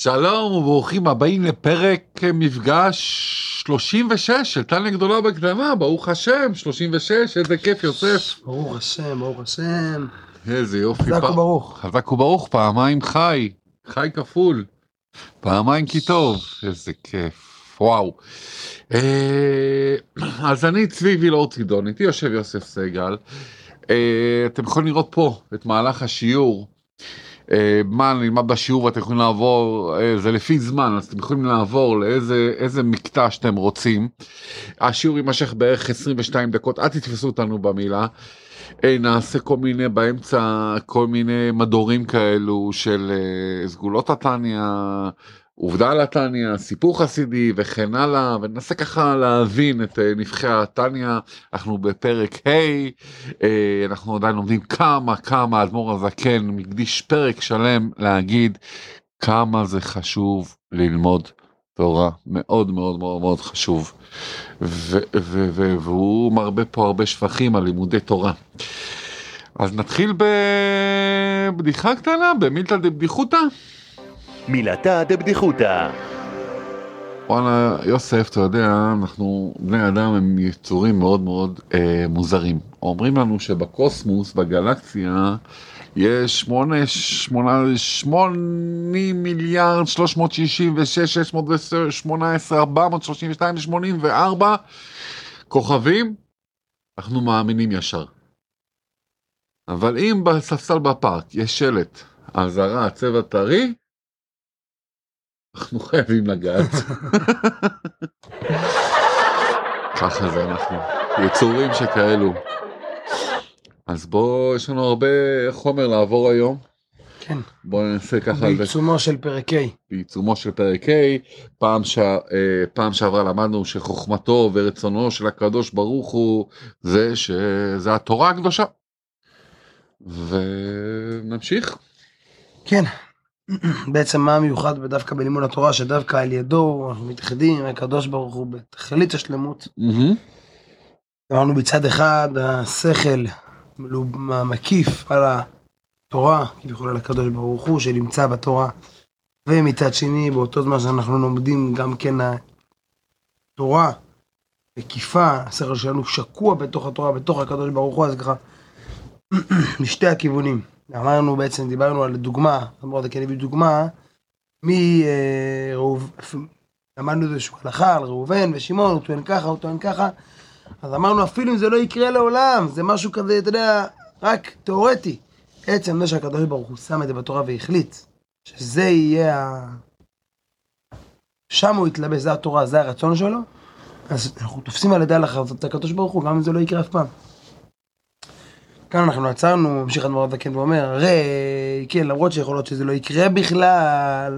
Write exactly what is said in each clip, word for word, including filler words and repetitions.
שלום וברוכים הבאים לפרק מפגש שלושים ושש של תניה גדולה בקטנה, ברוך השם, שלושים ושש, איזה כיף יוסף. ברוך השם, ברוך השם. איזה יופי. חזק וברוך. חזק וברוך, פעמיים חי, חי כפול, פעמיים כי טוב, איזה כיף, וואו. אז אני צבי וילור צידון, איתי יושב יוסף סגל. אתם יכולים לראות פה את מהלך השיעור. מה נלמד בשיעור ואתם יכולים לעבור, זה לפי זמן, אז אתם יכולים לעבור לאיזה איזה מקטע שאתם רוצים. השיעור יימשך בערך עשרים ושתיים דקות, אל תתפסו אותנו במילה. נעשה כל מיני באמצע, כל מיני מדורים כאלו של סגולות התניה, עובדה על התניה, סיפור חסידי וכן הלאה, וננסה ככה להבין את נבחי התניה. אנחנו בפרק ה', אנחנו עדיין לומדים כמה כמה האדמו"ר הזקן מקדיש פרק שלם להגיד כמה זה חשוב ללמוד תורה, מאוד מאוד מאוד מאוד חשוב, ו- ו- ו- והוא מרבה פה הרבה שבחים על לימודי תורה. אז נתחיל בבדיחה קטנה, במילתא דבדיחותא. מילתא דבדיחותא. וואלה, יוסף, אתה יודע, אנחנו, בני אדם הם יצורים מאוד מאוד אה, מוזרים. אומרים לנו שבקוסמוס, בגלקסיה, יש שמונה, שמונה, שמונים מיליארד, שלוש מאות שישים ושש, שש מאות ושמונה עשרה, ארבע מאות שלושים ושתיים, שמונים וארבע כוכבים. אנחנו מאמינים ישר. אבל אם בספסל בפארק יש שלט, אזהרה, צבע טרי, אנחנו חייבים לגעת. ככה זה אנחנו, יצורים שכאלו. אז בוא, יש לנו הרבה חומר לעבור היום. כן. בוא ננסה ככה. בעיצומו של פרק ה'. בעיצומו של פרק ה'. פעם, ש... פעם שעברה למדנו שחוכמתו ורצונו של הקדוש ברוך הוא זה שזה התורה הקדושה. ונמשיך. כן. בעצם מה המיוחד בדווקא בלימוד התורה, שדווקא על ידו אנחנו מתאחדים עם הקדוש ברוך הוא בתכלית השלמות. אמרנו בצד אחד השכל מקיף על התורה, כביכול על הקדוש ברוך הוא שנמצא בתורה, ומצד שני באותו זמן שאנחנו לומדים גם כן התורה מקיפה, השכל שלנו שקוע בתוך התורה, בתוך הקדוש ברוך הוא, אז ככה משתי הכיוונים. אמרנו בעצם, דיברנו על דוגמה, אמרו, כן, בדוגמה, מי, למדנו איזשהו הלכה על ראובן ושמעון, הוא טוען ככה, הוא טוען ככה, אז אמרנו, אפילו אם זה לא יקרה לעולם, זה משהו כזה, אתה יודע, רק תיאורטי. עצם זה שהקדוש ברוך הוא שם את זה בתורה והחליט, שזה יהיה ה... שם הוא יתלבש, זה התורה, זה הרצון שלו, אז אנחנו תופסים על ידי הלכה, זאת הקדוש ברוך הוא, גם אם זה לא יקרה אף פעם. כאן אנחנו עצרנו, ממשיך אדמו"ר הזקן ואומר, הרי, כן, למרות שיכול להיות שזה לא יקרה בכלל,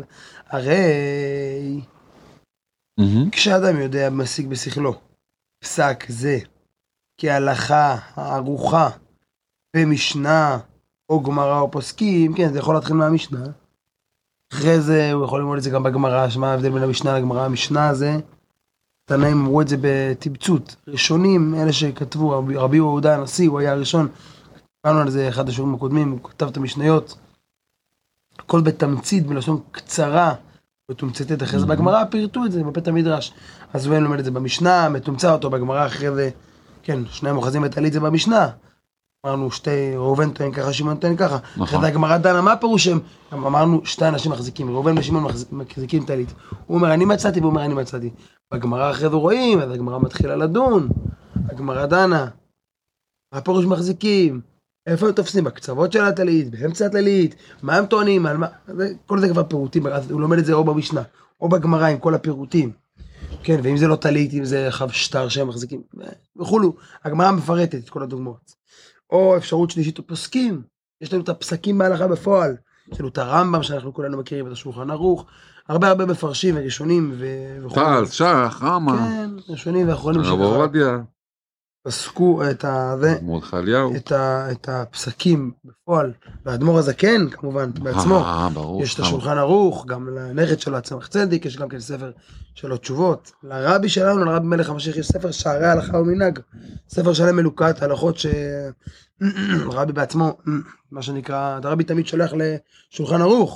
הרי, mm-hmm. כשאדם יודע משיג בשכלו, פסק זה, כהלכה, הערוכה, במשנה, או גמרא או פוסקים, כן, זה יכול להתחיל מהמשנה, אחרי זה הוא יכול ללמוד את זה גם בגמרא, שמה ההבדל בין המשנה לגמרא, המשנה הזה, תנאים אמרו את זה בתמצות, ראשונים, אלה שכתבו, רבי יהודה הנשיא, הוא היה הראשון, קראנו על זה אחד השיעורים הקודמים, הוא כתב את המשניות, הכל בתמצית, בלשון קצרה, ותומצתת אחרי זה בגמרא, פירטו את זה בבית המדרש, אז הוא לומד את זה במשנה, מתומצא אותו בגמרא אחרי זה, כן, שני המוחזים את זה במשנה, אמרנו שתי, ראובן טוען ככה, שמעון טוען ככה, אחרי זה הגמרא דנה, מה פירוש הם? אמרנו שתי אנשים מחזיקים, ראובן ושמעון מחזיקים טלית, הוא אומר אני מצאתי, והוא אומר אני מצאתי, בגמרא אחרי זה רואים, אז הגמרא מתחילה לדון, הגמרא דנה, מה פירוש מחזיקים? איפה הם תופסים? בקצוות של הטלית, באמצע הטלית, מה הם טוענים, על מה... כל זה כבר פירוטים, אז הוא לומד את זה או במשנה, או בגמרא עם כל הפירוטים. כן, ואם זה לא טלית, אם זה חב שטר שהם מחזיקים, וכולו, הגמרא מפרטת את כל הדוגמאות. או אפשרות שלישית, או פוסקים, יש לנו את הפסקים בהלכה בפועל, יש לנו את הרמב"ם שאנחנו כולנו מכירים, את השולחן ערוך, הרבה הרבה מפרשים וראשונים וכו'. טל, שח, רמה. כן, ראשונים ואחרונים רב עובדיה. פסקו את ה... את, ה... את הפסקים בפועל, והאדמו"ר הזקן כמובן בעצמו, יש את השולחן ערוך, גם לנכד שלו הצמח צדיק, יש גם כן ספר שלו תשובות, לרבי שלנו, לרבי מלך המשיח, יש ספר שערי הלכה ומנהג, ספר שלם מלוקת, הלכות שרבי בעצמו, מה שנקרא, הרבי תמיד שולח לשולחן ערוך,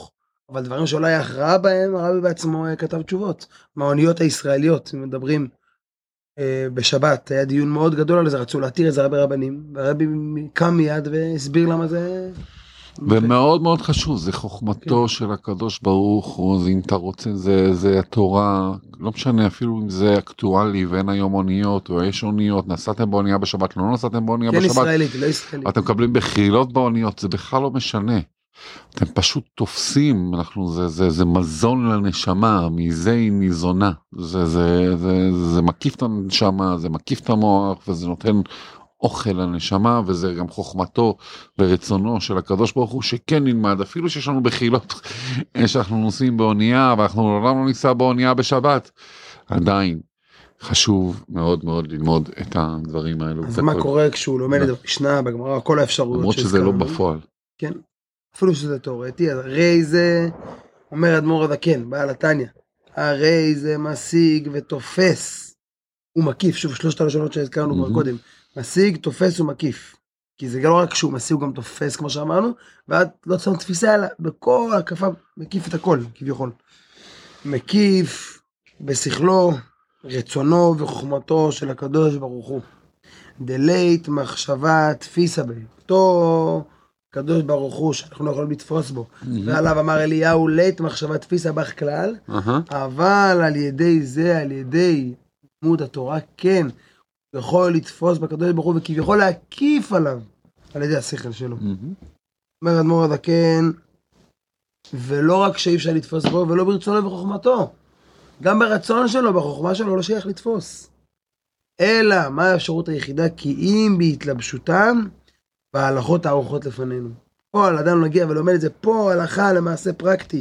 אבל דברים שאולי הכרעה בהם, הרבי בעצמו כתב תשובות. מהאוניות הישראליות, אם מדברים אה, בשבת, היה דיון מאוד גדול על זה, רצו להתיר את זה הרבה רבנים, והרבי קם מיד והסביר למה זה... ומאוד מאוד חשוב, זה חוכמתו כן. של הקדוש ברוך הוא, אם אתה רוצה, זה, זה התורה, לא משנה אפילו אם זה אקטואלי ואין היום אוניות, או יש אוניות, נסעתם באונייה בשבת, לא נסעתם באונייה כן בשבת. כן ישראלית, לא ישראלית. אתם מקבלים בחילות באוניות, זה בכלל לא משנה. אתם פשוט תופסים, אנחנו, זה, זה, זה מזון לנשמה, מזה היא ניזונה. זה, זה, זה, זה מקיף את הנשמה, זה מקיף את המוח, וזה נותן אוכל לנשמה, וזה גם חוכמתו ורצונו של הקדוש ברוך הוא, שכן נלמד, אפילו שיש לנו בחילות, שאנחנו נוסעים באונייה, ואנחנו לעולם לא ניסע באונייה בשבת, עדיין חשוב מאוד מאוד ללמוד את הדברים האלו. אז מה קורה כשהוא לומד את המשנה, בגמרא, כל האפשרויות למרות שזה לא בפועל. כן, אפילו שזה תיאורטי, הרי זה, אומר אדמו"ר הזקן, בעל התניא, הרי זה משיג ותופס, הוא מקיף, שוב שלושת הלשונות שהזכרנו כבר קודם, משיג, תופס ומקיף. כי זה לא רק שהוא משיג, הוא גם תופס, כמו שאמרנו, ואת לא צריך תפיסה, אלא בכל הקפה, מקיף את הכל, כביכול. מקיף בשכלו, רצונו וחוכמתו של הקדוש ברוך הוא. דלית מחשבה תפיסה בי. אותו הקדוש ברוך הוא, שאנחנו לא יכולים לתפוס בו. ועליו אמר אליהו, לית מחשבה תפיסה בך כלל, אבל על ידי זה, על ידי לימוד התורה, כן, יכול לתפוס בקדוש ברוך הוא, וכביכול להקיף עליו, על ידי השכל שלו. אומר אדמו"ר הזקן, ולא רק שאי אפשר לתפוס בו, ולא ברצונו וחוכמתו, גם ברצון שלו, בחוכמה שלו, לא שייך לתפוס. אלא, מה האפשרות היחידה? כי אם בהתלבשותם, בהלכות הארוכות לפנינו. פה על אדם נגיע ולומד את זה, פה הלכה למעשה פרקטי.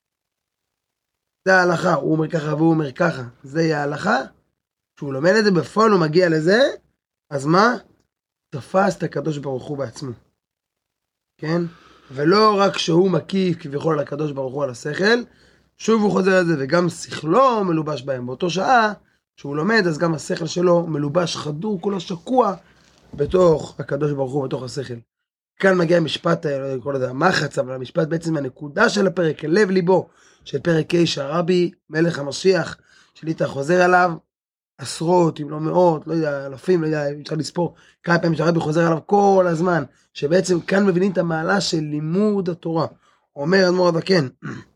זה ההלכה, הוא אומר ככה והוא אומר ככה. זה יהיה ההלכה. כשהוא לומד את זה בפועל, הוא מגיע לזה, אז מה? תפס את הקדוש ברוך הוא בעצמו. כן? ולא רק שהוא מקיף כביכול על הקדוש ברוך הוא על השכל, שוב הוא חוזר על זה, וגם שכלו מלובש בהם. באותו שעה, כשהוא לומד, אז גם השכל שלו מלובש חדור, כולו שקוע, בתוך הקדוש ברוך הוא, בתוך השכל. כאן מגיע המשפט, לא כל הזה, המחץ, אבל המשפט בעצם הנקודה של הפרק, לב ליבו, של פרק ה' שהרבי, מלך המשיח, שליטה חוזר עליו, עשרות, אם לא מאות, לא יודע, אלפים, לא יודע, אפשר לספור, כמה פעמים שהרבי חוזר עליו כל הזמן, שבעצם כאן מבינים את המעלה של לימוד התורה. אומר אדמו"ר הזקן,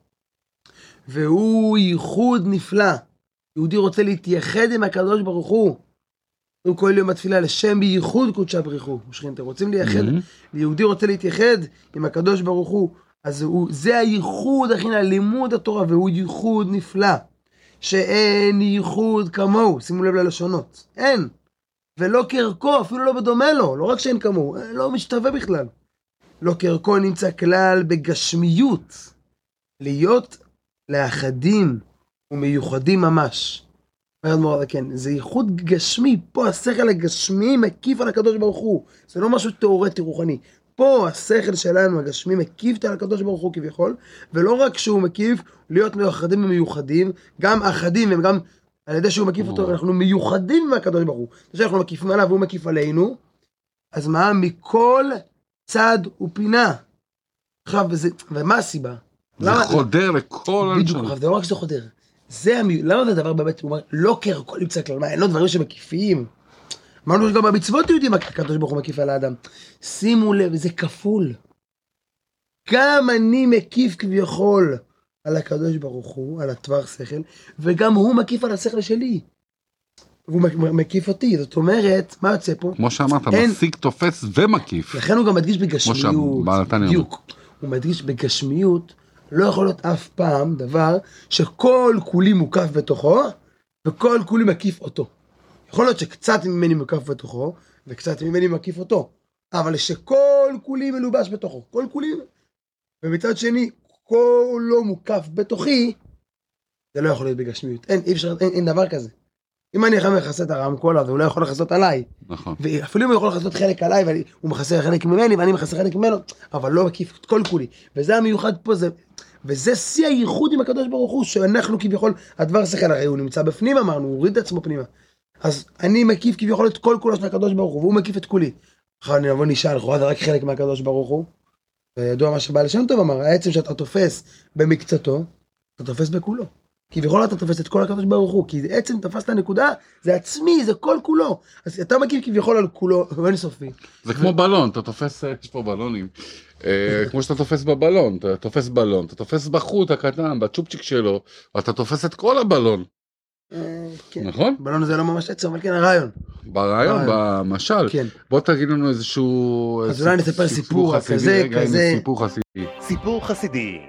והוא ייחוד נפלא, יהודי רוצה להתייחד עם הקדוש ברוך הוא, הוא כל יום בתפילה לשם בייחוד קודשה בריחו, שכינתם רוצים לייחד, יהודי רוצה להתייחד עם הקדוש ברוך הוא, אז הוא, זה הייחוד הכי לימוד התורה, והוא ייחוד נפלא, שאין ייחוד כמוהו, שימו לב ללשונות, אין, ולא כערכו, אפילו לא בדומה לו, לא רק שאין כמוהו, לא משתווה בכלל, לא כערכו נמצא כלל בגשמיות, להיות לאחדים ומיוחדים ממש, כן, זה ייחוד גשמי, פה השכל הגשמי מקיף על הקדוש ברוך הוא, זה לא משהו תיאורטי רוחני, פה השכל שלנו הגשמי מקיף על הקדוש ברוך הוא כביכול, ולא רק שהוא מקיף, להיות מיוחדים ומיוחדים, גם אחדים הם גם, על ידי שהוא מקיף אותו, אנחנו מיוחדים מהקדוש ברוך הוא, זה שאנחנו מקיפים עליו והוא מקיף עלינו, אז מה? מכל צד ופינה, עכשיו, וזה, ומה הסיבה? זה למה, חודר לכל בדיוק, אבל זה לא רק שזה חודר, זה המי... למה זה הדבר באמת, הוא אומר, לא כערכו נמצא כלל, מה, אין לו דברים שמקיפים? אמרנו שגם במצוות יהודים, הקדוש ברוך הוא מקיף על האדם. שימו לב, זה כפול. גם אני מקיף כביכול על הקדוש ברוך הוא, על הטווח שכל, וגם הוא מקיף על השכל שלי. והוא מקיף אותי, זאת אומרת, מה יוצא פה? כמו שאמרת, אין... משיג, תופס ומקיף. לכן הוא גם מדגיש בגשמיות. בדיוק. הוא מדגיש בגשמיות, לא יכול להיות אף פעם דבר שכל כולי מוקף בתוכו, וכל כולי מקיף אותו. יכול להיות שקצת ממני מוקף בתוכו, וקצת ממני מקיף אותו. אבל שכל כולי מלובש בתוכו, כל כולי, ומצד שני, כל לא מוקף בתוכי, זה לא יכול להיות בגשמיות. אין, אי אפשר, אין, אין דבר כזה. אם אני יכול לחסות את הרמקול הזה, הוא לא יכול לחסות עליי. נכון. ואפילו אם הוא יכול לחסות חלק עליי, והוא מחסה חלק ממני, ואני מחסה חלק ממנו, אבל לא מקיף את כל כולי. וזה המיוחד פה, זה... וזה שיא הייחוד עם הקדוש ברוך הוא, שאנחנו כביכול, הדבר שכל הרי הוא נמצא בפנים, אמרנו, הוא הוריד את עצמו פנימה. אז אני מקיף כביכול את כל כולו של הקדוש ברוך הוא, והוא מקיף את כולי. אחר אני נבוא נשאל, לכאורה זה רק חלק מהקדוש ברוך הוא. ידוע מה שבעל שם טוב אמר, העצם שאתה תופס במקצתו, אתה תופס בכולו. כביכול אתה תופס את כל הקדוש ברוך הוא, כי עצם תפס את הנקודה, זה עצמי, זה כל כולו. אז אתה מגיב כביכול על כולו, ואין סופי. זה כמו בלון, אתה תופס, יש פה בלונים, כמו שאתה תופס בבלון, אתה תופס בלון, אתה תופס בחוט הקטן, בצ'ופצ'יק שלו, ואתה תופס את כל הבלון. נכון? בלון זה לא ממש עצם, אבל כן, הרעיון. ברעיון, במשל. בוא תגיד לנו איזשהו... אז אולי נספר סיפור כזה, כזה. סיפור חסידי. סיפור חסידי.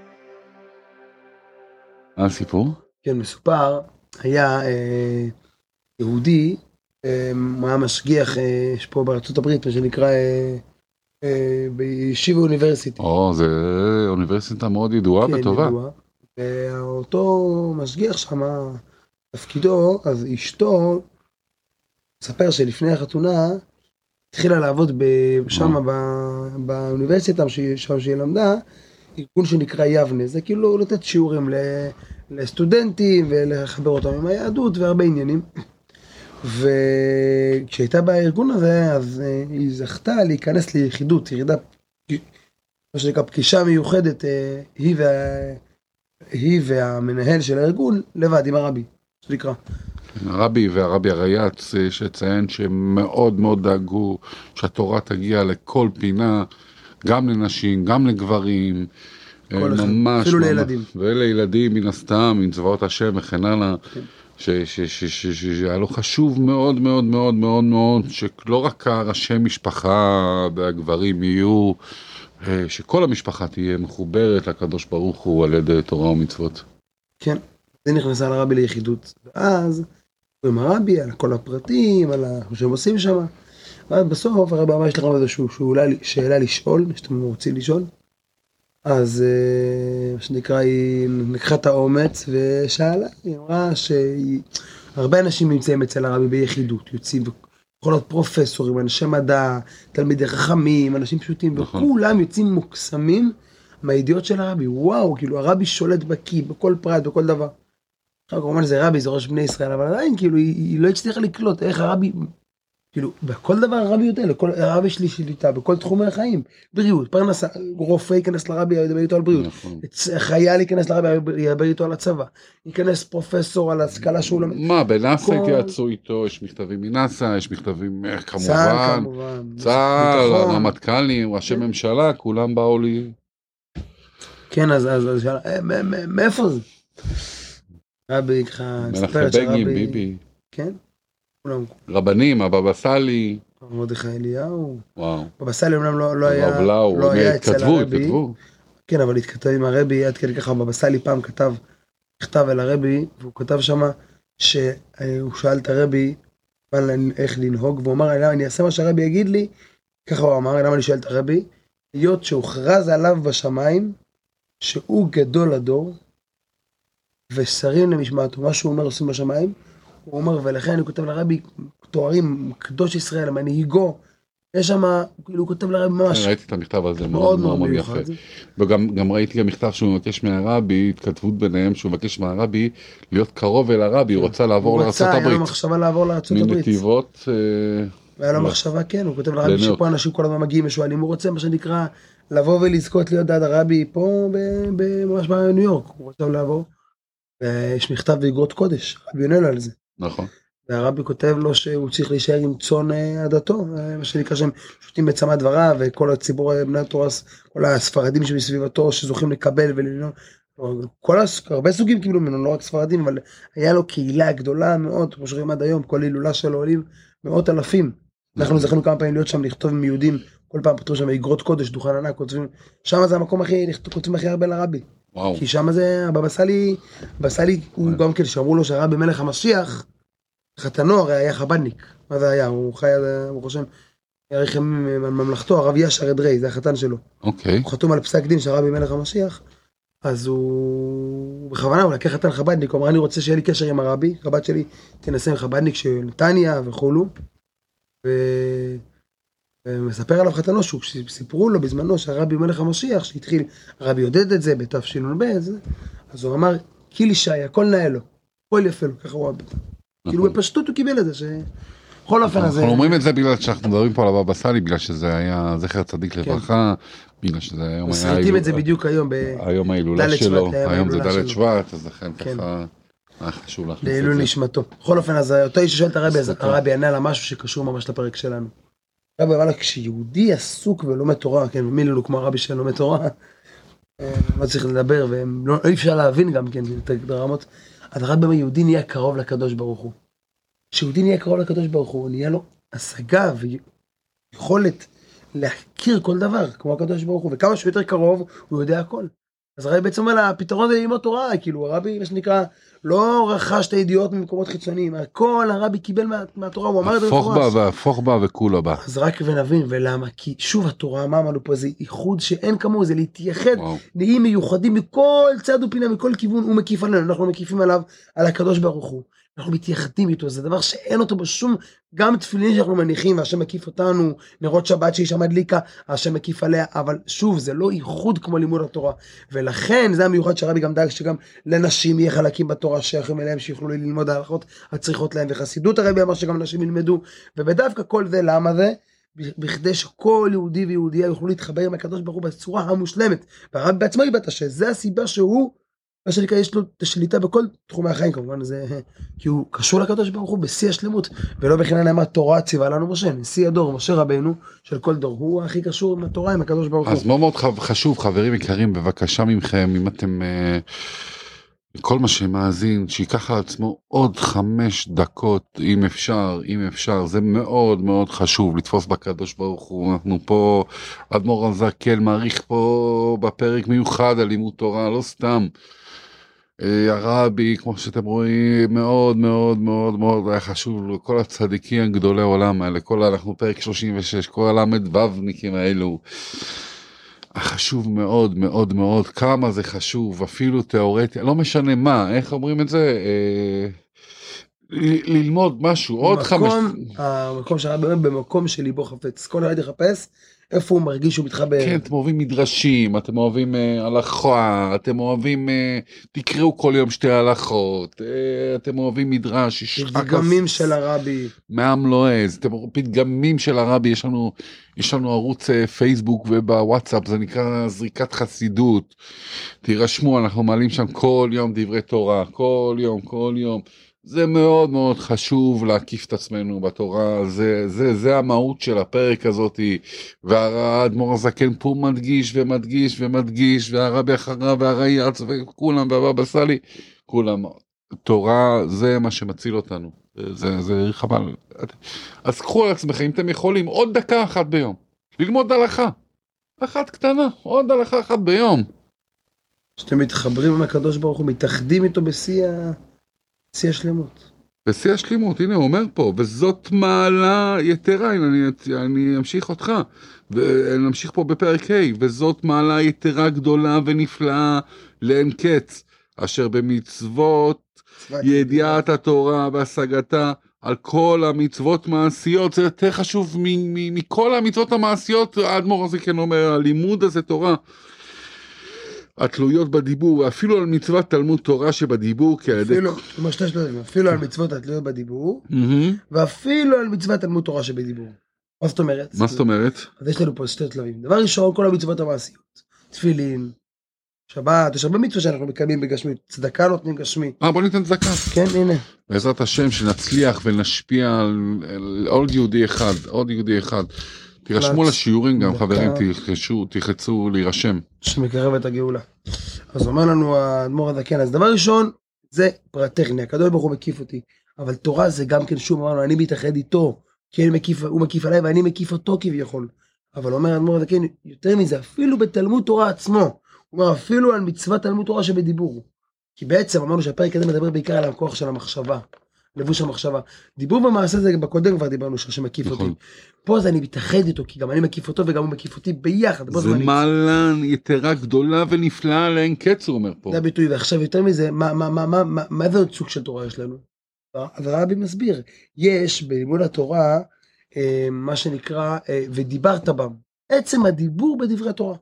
מה הסיפור? כן, מסופר, היה אה, יהודי, אה, הוא היה משגיח, אה, יש פה בארצות הברית, מה שנקרא, אה, אה, בישיבה אוניברסיטי. או, זה אוניברסיטה מאוד ידועה כן, וטובה. ידועה. ואותו משגיח שם, תפקידו, אז אשתו, מספר שלפני החתונה, התחילה לעבוד שם באוניברסיטה, שם שהיא למדה, ארגון שנקרא יבנה, זה כאילו לתת שיעורים לסטודנטים ולחבר אותם עם היהדות והרבה עניינים. וכשהייתה בארגון הזה, אז היא זכתה להיכנס ליחידות, ירידה, מה שנקרא פגישה מיוחדת, היא, וה, היא והמנהל של הארגון לבד עם הרבי, שנקרא. הרבי והרבי הרייץ, שציין שהם מאוד מאוד דאגו שהתורה תגיע לכל פינה, גם לנשים, גם לגברים, ממש, אפילו לילדים. ולילדים מן הסתם, עם צבאות השם וכן הלאה, שהיה לו חשוב מאוד מאוד מאוד מאוד מאוד, שלא רק הראשי משפחה והגברים יהיו, שכל המשפחה תהיה מחוברת לקדוש ברוך הוא על ידי תורה ומצוות. כן, זה נכנסה לרבי ליחידות, ואז עם הרבי על כל הפרטים, על מה שהם עושים שם, ואז בסוף הרבי אמר, יש לכם איזושהי שאלה לשאול, שאתם רוצים לשאול, אז מה שנקרא, היא לקחה את האומץ ושאלה, היא אמרה שהרבה אנשים נמצאים אצל הרבי ביחידות, יוצאים, יכול להיות פרופסורים, אנשי מדע, תלמידי חכמים, אנשים פשוטים, וכולם יוצאים מוקסמים מהידיעות של הרבי, וואו, כאילו הרבי שולט בקי, בכל פרט, בכל דבר. עכשיו כמובן זה רבי, זה ראש בני ישראל, אבל עדיין כאילו היא, היא לא הצליחה לקלוט איך הרבי, כאילו בכל דבר הרבי יותר, לכל, הרבי שלי שליטה, בכל תחומי החיים, בריאות, פרנסה, רופא ייכנס לרבי, ידבר איתו על בריאות, נכון. חייל ייכנס לרבי, ידבר איתו על הצבא, ייכנס פרופסור על השכלה שהוא לא... מה, בנאסא כל... התייעצו איתו, יש מכתבים מנאסא, יש מכתבים כמובן, צה"ל, הרמטכ"לים, ראשי ממשלה, כולם באו לי. כן, אז, אז, אז שאלה, מאיפה זה? רבי, ככה, מנחם בגין, ביבי. כן? רבנים, הבבא סאלי. מרדכי אליהו. וואו. בבא סאלי אומנם לא, לא היה, לא היה אצל הרבי. כתבו. כן, אבל התכתב עם הרבי, עד כדי ככה, בבא סאלי פעם כתב, כתב אל הרבי, והוא כתב שמה, שהוא שאל את הרבי, איך לנהוג, והוא אמר, אני אעשה מה שהרבי יגיד לי, ככה הוא אמר, למה אני שואל את הרבי, להיות שהוכרז עליו בשמיים, שהוא גדול הדור, ושרים למשמעתו, מה שהוא אומר עושים בשמיים, הוא אומר, ולכן אני כותב לרבי, תוארים, קדוש ישראל, מנהיגו, יש שם, כאילו הוא כותב לרבי ממש. ראיתי את המכתב הזה, מאוד מאוד מאוד יפה. וגם ראיתי המכתב שהוא מבקש מהרבי, התכתבות ביניהם שהוא מבקש מהרבי, להיות קרוב אל הרבי, הוא רוצה לעבור לארצות הברית. הוא רצה, היה לו מחשבה לעבור לארצות הברית. מנתיבות. והיה לו מחשבה, כן, הוא כותב לרבי שפה אנשים כל הזמן מגיעים ושואלים, הוא רוצה מה שנקרא, לבוא ולזכות להיות דד הרבי פה, ממש בניו יורק, הוא רוצה לעבור. ויש מכתב באגרות קודש, רבי עונה לו על זה. נכון. והרבי כותב לו שהוא צריך להישאר עם צאן עדתו, מה שנקרא שהם שותים בצמא דבריו, וכל הציבור בני התורה, כל הספרדים שבסביבתו שזוכים לקבל וללמוד, כל הרבה סוגים קיבלו ממנו, לא רק ספרדים, אבל היה לו קהילה גדולה מאוד, כמו שרואים עד היום, כל הילולה שלו עולים מאות אלפים. אנחנו זכינו כמה פעמים להיות שם, לכתוב עם יהודים, כל פעם פתרו שם אגרות קודש, דוכן ענק, כותבים, שם זה המקום הכי, כותבים הכי הרבה לרבי. וואו. כי שם זה, הבבא סאלי, הבבא סאלי הוא גם כן, שאמרו לו שהרבי מלך המשיח, חתנו הרי היה חבדניק. מה זה היה? הוא חי, הוא חושב, יאריך ימים ממלכתו, הרב ישר אדרי, זה החתן שלו. אוקיי. הוא חתום על פסק דין שהרבי מלך המשיח, אז הוא, בכוונה, הוא לקח חתן חבדניק, הוא אמר, אני רוצה שיהיה לי קשר עם הרבי, הבת שלי תנסה עם חבדניק של נתניה וכולו, ו... ומספר עליו חתנו, שהוא סיפרו לו בזמנו שהרבי מלך המשיח, שהתחיל, הרבי יודד את זה בתש"ב, אז הוא אמר, קיל ישי, הכל נאה לו, הכל יפה לו, ככה הוא אוהב. כאילו בפשטות הוא קיבל את זה, בכל אופן הזה... אנחנו אומרים את זה בגלל שאנחנו מדברים פה על הבבא סאלי, בגלל שזה היה זכר צדיק לברכה, בגלל שזה היום היה... מסריטים את זה בדיוק היום ב... היום ההילולה שלו, היום זה ד' שבט, אז לכן ככה... היה חשוב להכניס את זה. לעילוי נשמתו. בכל אופן, אז אותו איש ששואל את הרבי, אז הרבי ענה לה משהו שקשור ממש לפרק שלנו. הרבי אמר לה, כשיהודי עסוק ולומד תורה, כן, מי לנו כמו הרבי שלומד תורה, לא צריך לדבר, ואי אפשר להבין גם כן את הדרמות, אז הרבי אומר, יהודי נהיה קרוב לקדוש ברוך הוא. כשיהודי נהיה קרוב לקדוש ברוך הוא, נהיה לו השגה ויכולת להכיר כל דבר, כמו הקדוש ברוך הוא, וכמה שהוא יותר קרוב, הוא יודע הכל. אז הרבי בעצם אומר לה, הפתרון זה ללמוד תורה, כאילו הרבי, מה שנקרא, לא רכש את הידיעות ממקומות חיצוניים, הכל הרבי קיבל מה, מהתורה, הוא אמר את זה הפוך בה והפוך בה וכולה בה. אז רק ונבין, ולמה? כי שוב התורה, מה אמרנו פה, זה ייחוד שאין כמוהו, זה להתייחד, נהיים מיוחדים מכל צד ופינה, מכל כיוון, הוא מקיף עלינו, אנחנו מקיפים עליו, על הקדוש ברוך הוא. אנחנו מתייחדים איתו, זה דבר שאין אותו בשום, גם תפילין שאנחנו מניחים, והשם מקיף אותנו, נרות שבת שישע מדליקה, השם מקיף עליה, אבל שוב, זה לא ייחוד כמו לימוד התורה, ולכן זה המיוחד שהרבי גם דאג שגם לנשים יהיה חלקים בתורה שייכים אליהם, שיוכלו ללמוד ההלכות הצריכות להם, וחסידות הרבי אמר שגם נשים ילמדו, ובדווקא כל זה, למה זה? בכדי שכל יהודי ויהודייה יוכלו להתחבר עם הקדוש ברוך הוא בצורה המושלמת, והרבי בעצמו יבטא שזה הסיבה שהוא מה שנקרא, יש לו את השליטה בכל תחומי החיים, כמובן, זה, כי הוא קשור לקדוש ברוך הוא בשיא השלמות, ולא בכלל נאמר תורה ציווה לנו משה, נשיא הדור, משה רבנו של כל דור, הוא הכי קשור עם התורה, עם הקדוש ברוך הוא. אז מאוד מאוד חשוב, חברים יקרים, בבקשה ממכם, אם אתם, כל מה שמאזין, שיקח על עצמו עוד חמש דקות, אם אפשר, אם אפשר, זה מאוד מאוד חשוב, לתפוס בקדוש ברוך הוא, אנחנו פה, אדמו"ר הזקן, מעריך פה בפרק מיוחד על לימוד תורה, לא סתם, הרבי, כמו שאתם רואים, מאוד מאוד מאוד מאוד היה חשוב לכל הצדיקים גדולי העולם האלה, כל אנחנו פרק שלושים ושש, כל הלמד ובניקים האלו, חשוב מאוד מאוד מאוד, כמה זה חשוב, אפילו תיאורטי, לא משנה מה, איך אומרים את זה, אה, ל- ללמוד משהו, עוד חמש... המקום שהרבי אומר, במקום שליבו חפץ, כל אחד יחפש, איפה הוא מרגיש שהוא מתחבר. כן, אתם אוהבים מדרשים, אתם אוהבים אה, הלכה, אתם אוהבים, אה, תקראו כל יום שתי הלכות, אה, אתם אוהבים מדרש, פתגמים של הרבי. מעם לועז, אתם אוהבים פתגמים של הרבי, יש לנו, יש לנו ערוץ אה, פייסבוק ובוואטסאפ, זה נקרא זריקת חסידות, תירשמו, אנחנו מעלים שם כל יום דברי תורה, כל יום, כל יום, זה מאוד מאוד חשוב להקיף את עצמנו בתורה, זה, זה, זה המהות של הפרק הזאת, והאדמו"ר הזקן פה מדגיש ומדגיש ומדגיש, והרבי אחריו והרייץ וכולם, והבבא סאלי, כולם, תורה זה מה שמציל אותנו, זה, זה חבל. אז קחו על עצמכם, אם אתם יכולים, עוד דקה אחת ביום, ללמוד הלכה, אחת קטנה, עוד הלכה אחת ביום. שאתם מתחברים עם הקדוש ברוך הוא, מתאחדים איתו בשיא ה... בשיא השלמות. בשיא השלמות, הנה הוא אומר פה, וזאת מעלה יתרה, הנה אני, אני אמשיך אותך, ונמשיך פה בפרק ה', וזאת מעלה יתרה גדולה ונפלאה לאין קץ, אשר במצוות ידיעת התורה והשגתה, על כל המצוות מעשיות, זה יותר חשוב מכל המצוות המעשיות, האדמו"ר הזה כן אומר, הלימוד הזה תורה, התלויות בדיבור, ואפילו על מצוות תלמוד תורה שבדיבור, אפילו, כמו שתי שלושים, אפילו על מצוות התלויות בדיבור, ואפילו על מצוות תלמוד תורה שבדיבור. מה זאת אומרת? מה זאת אומרת? אז יש לנו פה שתי תלויים. דבר ראשון, כל המצוות המעשיות. תפילין, שבת, יש הרבה מצוות שאנחנו מקיימים בגשמי, צדקה נותנים גשמי. אה, בוא ניתן צדקה. כן, הנה. בעזרת השם שנצליח ונשפיע על, על עוד יהודי אחד, עוד יהודי אחד. תירשמו לשיעורים גם, חברים, תלחצו להירשם. שמקרב את הגאולה. אז אומר לנו האדמו"ר הזקן, אז דבר ראשון, זה פרט טכני, הקדוש ברוך הוא מקיף אותי, אבל תורה זה גם כן שוב, אמרנו, אני מתאחד איתו, כי מקיף, הוא מקיף עליי ואני מקיף אותו כביכול. אבל אומר האדמו"ר הזקן, יותר מזה, אפילו בתלמוד תורה עצמו, הוא אומר, אפילו על מצוות תלמוד תורה שבדיבור. כי בעצם אמרנו שהפרק הזה מדבר בעיקר על הכוח של המחשבה. לבוש המחשבה. דיבור במעשה זה בקודם כבר דיברנו שמקיף נכון. אותי. פה אז אני מתאחד איתו, כי גם אני מקיף אותו וגם הוא מקיף אותי ביחד. זה מעלה יתרה גדולה ונפלאה לאין קץ, הוא אומר פה. זה הביטוי, ועכשיו יותר מזה, מה, מה, מה, מה, מה, מה זה עוד סוג של תורה יש לנו? אז הרבי מסביר, יש בלימוד התורה, אה, מה שנקרא, אה, ודיברת בם. עצם הדיבור בדברי תורה.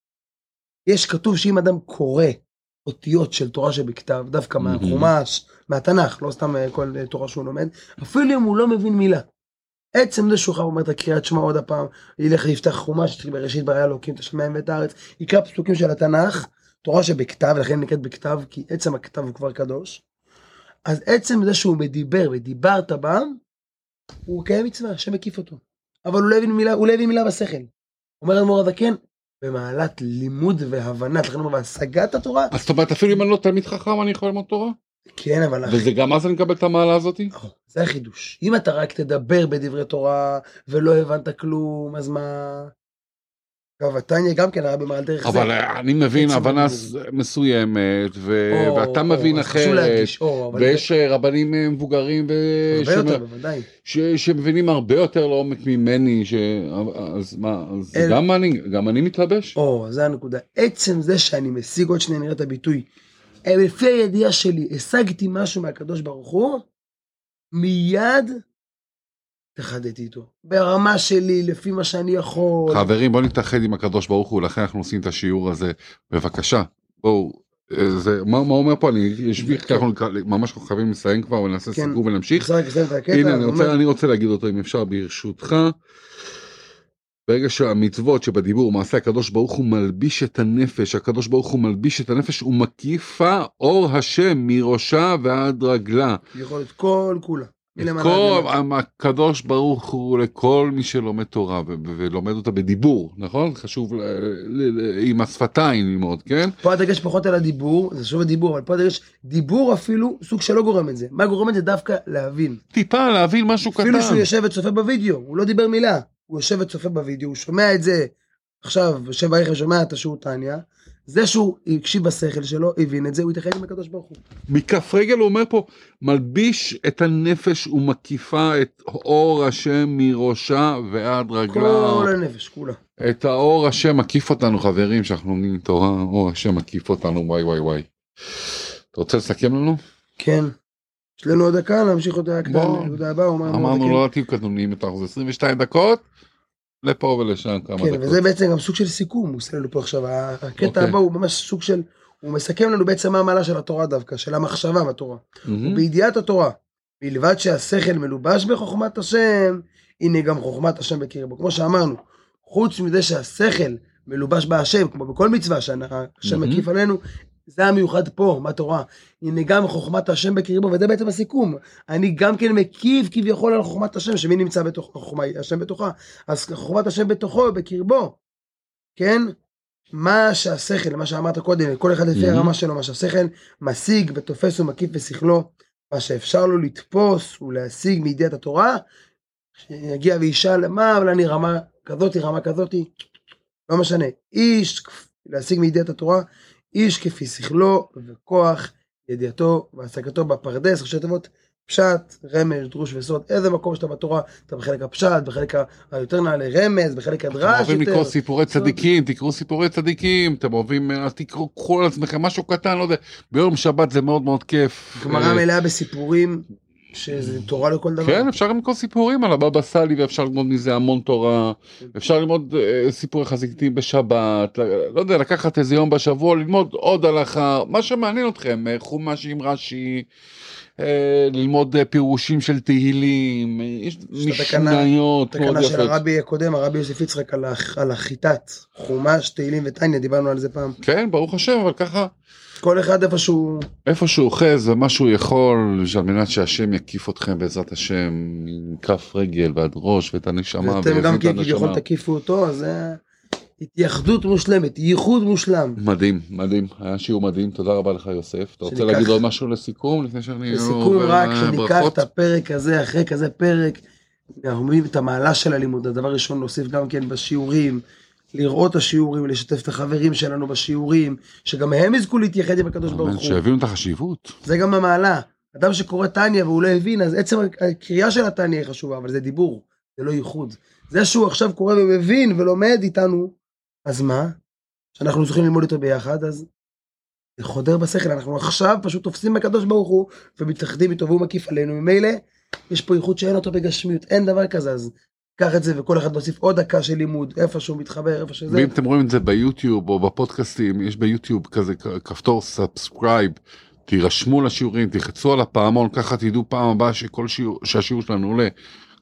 יש כתוב שאם אדם קורא אותיות של תורה שבכתב, דווקא מהחומש, מהתנ"ך, לא סתם כל תורה שהוא לומד, אפילו אם הוא לא מבין מילה, עצם זה שהוא אומר את הקריאת שמע עוד הפעם, ילך ויפתח חומש, בראשית ברא אלוקים את השמיים ואת הארץ, יקרא פסוקים של התנ"ך, תורה שבכתב, לכן נקראת בכתב, כי עצם הכתב הוא כבר קדוש. אז עצם זה שהוא מדיבר ודיברת בם, הוא קיים מצווה, שמקיף אותו. אבל הוא לא הבין מילה, הוא לא הבין מילה בשכל. אומר אדמו"ר הזקן, במעלת לימוד והבנה, לכן הוא אומר, והשגת התורה. אז זאת אומרת, אפילו אם אני לא תלמיד חכם, אני יכול ללמוד תורה? כן, אבל... וזה גם אז אני מקבל את המעלה הזאת? זה החידוש. אם אתה רק תדבר בדברי תורה, ולא הבנת כלום, אז מה... אגב, התניא גם כן היה במעל דרך זה. אבל אני מבין הבנה מסוימת, ואתה מבין אחרת, ויש רבנים מבוגרים, שמבינים הרבה יותר לעומק ממני, אז מה, אז גם אני מתלבש? או, זה הנקודה. עצם זה שאני משיג עוד שנייה נראה את הביטוי, לפי הידיעה שלי, השגתי משהו מהקדוש ברוך הוא, מיד תחדתי איתו. ברמה שלי, לפי מה שאני יכול. חברים, בואו נתאחד עם הקדוש ברוך הוא, לכן אנחנו עושים את השיעור הזה. בבקשה, בואו, זה, מה, מה אומר פה? אני ישביך, כי אנחנו ממש חייבים לסיים כבר, ונעשה כן. סיכום ונמשיך. הקטע, הנה, אני רוצה, אומר... אני רוצה להגיד אותו, אם אפשר, ברשותך. ברגע שהמצוות שבדיבור, מעשה הקדוש ברוך הוא מלביש את הנפש, הקדוש ברוך הוא מלביש את הנפש, הוא מקיפה אור השם מראשה ועד רגלה. יכול להיות כל כולה. כל הקדוש ברוך הוא לכל מי שלומד תורה ולומד אותה בדיבור, נכון? חשוב עם השפתיים ללמוד, כן? פה הדגש פחות על הדיבור, זה שוב הדיבור, אבל פה הדגש דיבור אפילו סוג שלא גורם את זה. מה גורם את זה? דווקא להבין. טיפה להבין משהו קטן. אפילו שהוא יושב וצופה בווידאו, הוא לא דיבר מילה, הוא יושב וצופה בווידאו, הוא שומע את זה, עכשיו יושב בערך שומע את השיעור תניא, זה שהוא הקשיב בשכל שלו, הבין את זה, הוא יתאחד עם הקדוש ברוך הוא. מכף רגל הוא אומר פה, מלביש את הנפש ומקיפה את אור השם מראשה ועד רגלה. כל הנפש, כולה. את האור השם מקיף אותנו, חברים, שאנחנו לומדים תורה, אור השם מקיף אותנו, וואי וואי וואי. אתה רוצה לסכם לנו? כן. יש לנו עוד דקה, להמשיך אותה הבאה. אמרנו לא תהיו קטנוניים, זה עשרים ושתיים דקות. לפה ולשם כמה דקות. כן, וזה בעצם גם סוג של סיכום, הוא עושה לנו פה עכשיו, הקטע הבא הוא ממש סוג של, הוא מסכם לנו בעצם מה המעלה של התורה דווקא, של המחשבה בתורה. ובידיעת התורה, בלבד שהשכל מלובש בחוכמת השם, הנה גם חוכמת השם בקרבו. כמו שאמרנו, חוץ מזה שהשכל מלובש בהשם, כמו בכל מצווה שהשם מקיף עלינו, זה המיוחד פה, בתורה. הנה גם חוכמת השם בקרבו, וזה בעצם הסיכום. אני גם כן מקיף כביכול על חוכמת השם, שמי נמצא בתוך חוכמת השם בתוכה? אז חוכמת השם בתוכו, בקרבו. כן? מה שהשכל, מה שאמרת קודם, כל אחד לפי הרמה שלו, מה שהשכל משיג ותופס ומקיף בשכלו, מה שאפשר לו לתפוס ולהשיג מידיעת התורה, שיגיע וישאל, מה, אבל אני רמה כזאת, רמה כזאת, לא משנה. איש, להשיג מידיעת התורה, איש כפי שכלו וכוח ידיעתו והשגתו בפרדס, ראשי תיבות, פשט, רמז, דרוש וסוד. איזה מקום שאתה בתורה, אתה בחלק הפשט, בחלק היותר נעלה רמז, בחלק הדרש יותר. אתם אוהבים לקרוא סיפורי צדיקים, תקראו סיפורי צדיקים, אתם אוהבים, תקראו כל עצמכם, משהו קטן, לא יודע, ביום שבת זה מאוד מאוד כיף. גמרא מלאה בסיפורים, שזה תורה לכל דבר. כן, אפשר גם לקרוא סיפורים על הבבא סאלי, ואפשר ללמוד מזה המון תורה, אפשר ללמוד אה, סיפורי חזיתים בשבת, לא יודע, לקחת איזה יום בשבוע, ללמוד עוד הלכה, מה שמעניין אתכם, חומשים רש"י, אה, ללמוד פירושים של תהילים, יש משניות. תקנה של הרבי הקודם, הרבי יוסף יצחק, על, על החיטת, חומש, תהילים ותניא, דיברנו על זה פעם. כן, ברוך השם, אבל ככה, כל אחד איפשהו... איפשהו אוחז ומה שהוא יכול, על מנת שהשם יקיף אתכם בעזרת השם, עם כף רגל ועד ראש ואת הנשמה. ואתם גם כביכול תקיפו אותו, אז זה התייחדות מושלמת, ייחוד מושלם. מדהים, מדהים, היה שיעור מדהים, תודה רבה לך יוסף. אתה רוצה להגיד עוד משהו לסיכום? לפני שאני... לסיכום רק, שניקח את הפרק הזה, אחרי כזה פרק, אנחנו מביאים את המעלה של הלימוד, הדבר ראשון להוסיף גם כן בשיעורים, לראות את השיעורים, לשתף את החברים שלנו בשיעורים, שגם הם יזכו להתייחד עם הקדוש ברוך הוא. שהבינו את החשיבות. זה גם המעלה. אדם שקורא תניא והוא לא הבין, אז עצם הקריאה של התניא היא חשובה, אבל זה דיבור, זה לא ייחוד. זה שהוא עכשיו קורא ומבין ולומד איתנו, אז מה? שאנחנו זוכים ללמוד איתו ביחד, אז זה חודר בשכל. אנחנו עכשיו פשוט תופסים בקדוש ברוך הוא, ומתאחדים איתו והוא מקיף עלינו. ממילא, יש פה ייחוד שאין אותו בגשמיות, אין דבר כזה, אז קח את זה, וכל אחד מוסיף עוד דקה של לימוד, איפה שהוא מתחבר, איפה שזה. ואם אתם רואים את זה ביוטיוב או בפודקאסטים, יש ביוטיוב כזה כפתור סאבסקרייב, תירשמו לשיעורים, תחצו על הפעמון, ככה תדעו פעם הבאה שכל שיעור, שהשיעור שלנו עולה.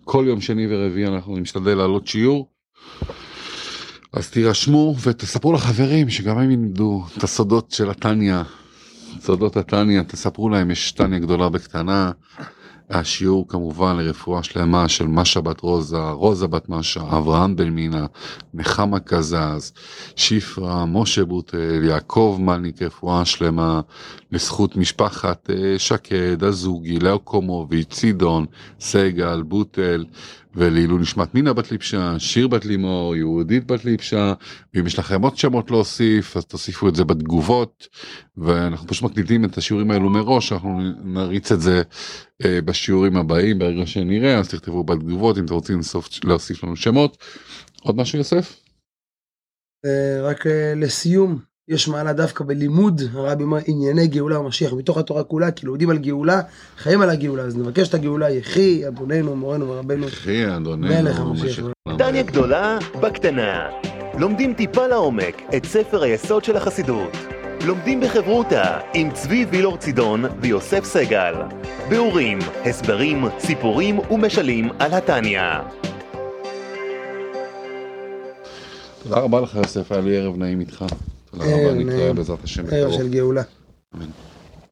כל יום שני ורביעי אנחנו נשתדל לעלות שיעור. אז תירשמו ותספרו לחברים שגם הם ילמדו את הסודות של התניה. סודות התניה, תספרו להם, יש תניה גדולה בקטנה. השיעור כמובן לרפואה שלמה של משה בת רוזה, רוזה בת משה, אברהם בן מינה, נחמה קזז, שפרה, משה בוטל, יעקב מלניק, רפואה שלמה לזכות משפחת שקד, הזוגי, לאו קומוביץ', צידון, סגל, בוטל, ולעילו נשמת מינה בת ליפשה, שיר בת לימור, יהודית בת ליפשה, ואם יש לכם עוד שמות להוסיף, אז תוסיפו את זה בתגובות, ואנחנו פשוט מקליטים את השיעורים האלו מראש, אנחנו נריץ את זה אה, בשיעורים הבאים, ברגע שנראה, אז תכתבו בתגובות, אם אתם רוצים לסוף, להוסיף לנו שמות. עוד משהו יוסף? רק לסיום, יש מעלה דווקא בלימוד הרבי אומר ענייני גאולה ומשיח מתוך התורה כולה, כאילו יודעים על גאולה, חיים על הגאולה, אז נבקש את הגאולה, יחי אדוננו מורנו ורבנו יחי אדוננו מלך המשיח. תניה גדולה בקטנה. לומדים טיפה לעומק את ספר היסוד של החסידות. לומדים בחברותה עם צבי וילור צידון ויוסף סגל. ביאורים, הסברים, סיפורים ומשלים על התניה. תודה רבה לך יוסף, היה לי ערב נעים איתך. תודה רבה, נתראה בעזרת השם. ערב של גאולה. אמן.